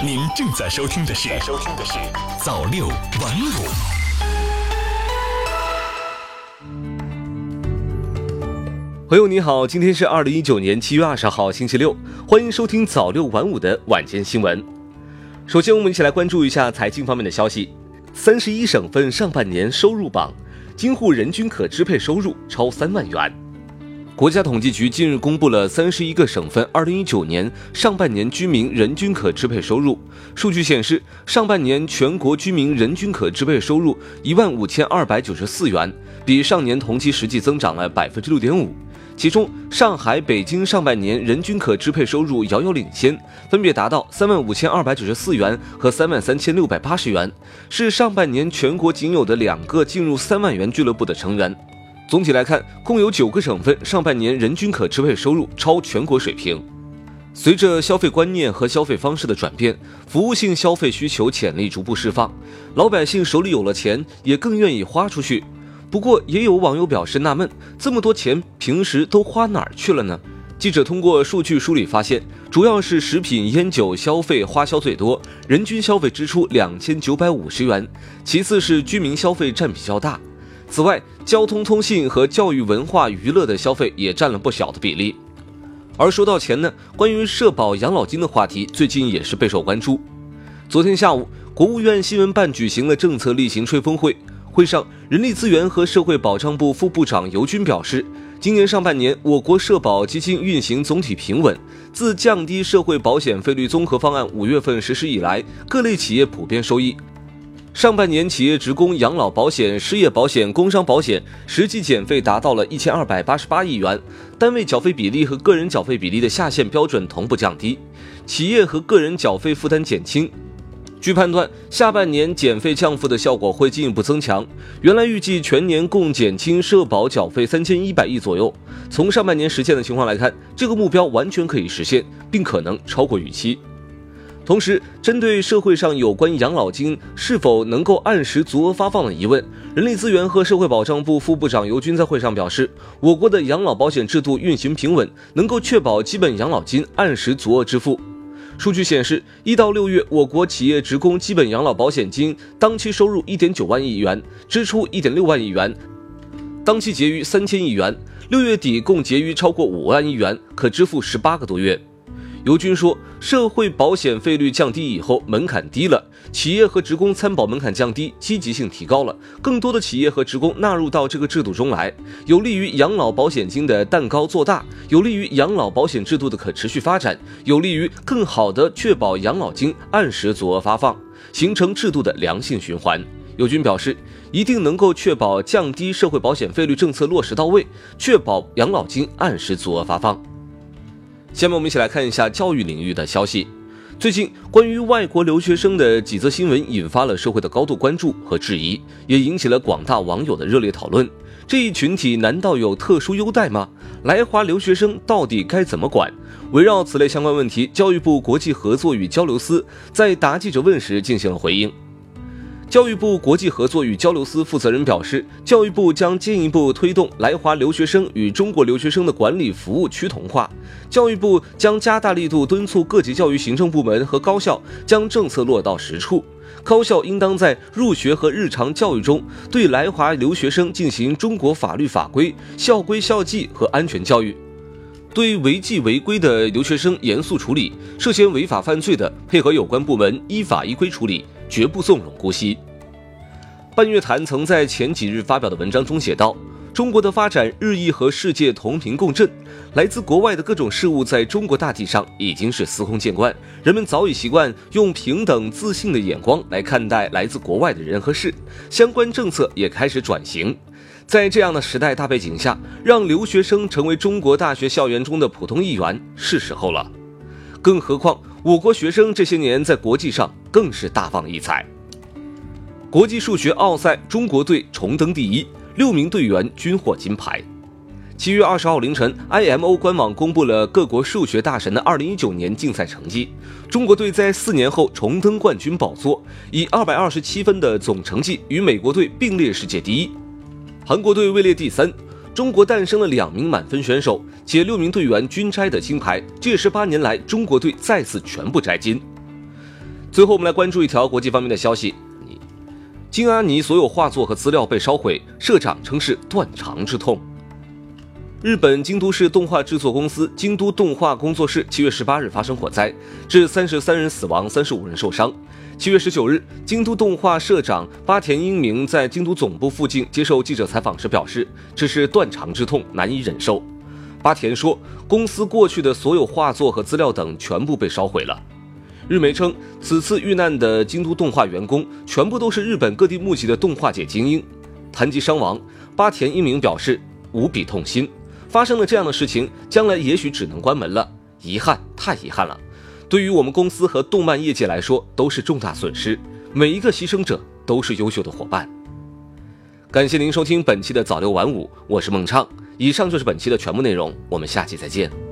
您正在收听的是早六晚五。 朋友你好，今天是2019年7月20号星期六，欢迎收听早六晚五的晚间新闻。首先我们一起来关注一下财经方面的消息。31省份上半年收入榜，京沪人均可支配收入超3万元。国家统计局近日公布了31个省份2019年上半年居民人均可支配收入。数据显示，上半年全国居民人均可支配收入15294元，比上年同期实际增长了 6.5%。其中，上海、北京上半年人均可支配收入遥遥领先，分别达到35294元和33680元，是上半年全国仅有的2个进入3万元俱乐部的成员。总体来看，共有9个省份上半年人均可支配收入超全国水平。随着消费观念和消费方式的转变，服务性消费需求潜力逐步释放，老百姓手里有了钱，也更愿意花出去。不过，也有网友表示纳闷，这么多钱平时都花哪儿去了呢？记者通过数据梳理发现，主要是食品、烟酒消费花销最多，人均消费支出2950元，其次是居民消费占比较大。此外，交通通信和教育文化娱乐的消费也占了不小的比例。而说到钱呢，关于社保养老金的话题最近也是备受关注。昨天下午，国务院新闻办举行了政策例行吹风会，会上，人力资源和社会保障部副部长尤军表示，今年上半年我国社保基金运行总体平稳，自降低社会保险费率综合方案5月份实施以来，各类企业普遍受益。上半年企业职工养老保险、失业保险、工伤保险实际减费达到了1288亿元，单位缴费比例和个人缴费比例的下限标准同步降低，企业和个人缴费负担减轻。据判断，下半年减费降负的效果会进一步增强，原来预计全年共减轻社保缴费3100亿左右，从上半年实现的情况来看，这个目标完全可以实现，并可能超过预期。同时，针对社会上有关养老金是否能够按时足额发放的疑问，人力资源和社会保障部副部长尤军在会上表示，我国的养老保险制度运行平稳，能够确保基本养老金按时足额支付。数据显示，1到6月，我国企业职工基本养老保险金当期收入1.9万亿元，支出1.6万亿元，当期结余3000亿元，6月底共结余超过5万亿元，可支付18个多月。尤军说，社会保险费率降低以后，门槛低了，企业和职工参保门槛降低，积极性提高了，更多的企业和职工纳入到这个制度中来，有利于养老保险金的蛋糕做大，有利于养老保险制度的可持续发展，有利于更好地确保养老金按时足额发放，形成制度的良性循环。尤军表示，一定能够确保降低社会保险费率政策落实到位，确保养老金按时足额发放。下面我们一起来看一下教育领域的消息。最近，关于外国留学生的几则新闻引发了社会的高度关注和质疑，也引起了广大网友的热烈讨论。这一群体难道有特殊优待吗？来华留学生到底该怎么管？围绕此类相关问题，教育部国际合作与交流司在答记者问时进行了回应。教育部国际合作与交流司负责人表示，教育部将进一步推动来华留学生与中国留学生的管理服务趋同化。教育部将加大力度敦促各级教育行政部门和高校将政策落到实处。高校应当在入学和日常教育中对来华留学生进行中国法律法规、校规校纪和安全教育，对违纪违规的留学生严肃处理，涉嫌违法犯罪的配合有关部门依法依规处理，绝不纵容姑息。半月谈曾在前几日发表的文章中写道，中国的发展日益和世界同频共振，来自国外的各种事物在中国大地上已经是司空见惯，人们早已习惯用平等自信的眼光来看待来自国外的人和事，相关政策也开始转型。在这样的时代大背景下，让留学生成为中国大学校园中的普通一员是时候了。更何况我国学生这些年在国际上更是大放异彩。国际数学奥赛，中国队重登第一，6名队员均获金牌。7月20号凌晨 ，IMO 官网公布了各国数学大神的2019年竞赛成绩。中国队在4年后重登冠军宝座，以227分的总成绩与美国队并列世界第一。韩国队位列第3。中国诞生了2名满分选手，且6名队员均摘得金牌，这也是8年来中国队再次全部摘金。 最后我们来关注一条国际方面的消息，金阿尼所有画作和资料被烧毁，社长称是断肠之痛。日本京都市动画制作公司京都动画工作室7月18日发生火灾，致33人死亡，35人受伤。7月19日，京都动画社长八田英明在京都总部附近接受记者采访时表示，这是断肠之痛，难以忍受。八田说，公司过去的所有画作和资料等全部被烧毁了。日媒称，此次遇难的京都动画员工全部都是日本各地募集的动画界精英。谈及伤亡，八田英明表示无比痛心，发生了这样的事情，将来也许只能关门了，遗憾，太遗憾了。对于我们公司和动漫业界来说，都是重大损失，每一个牺牲者都是优秀的伙伴。感谢您收听本期的早六晚五，我是孟畅。以上就是本期的全部内容，我们下期再见。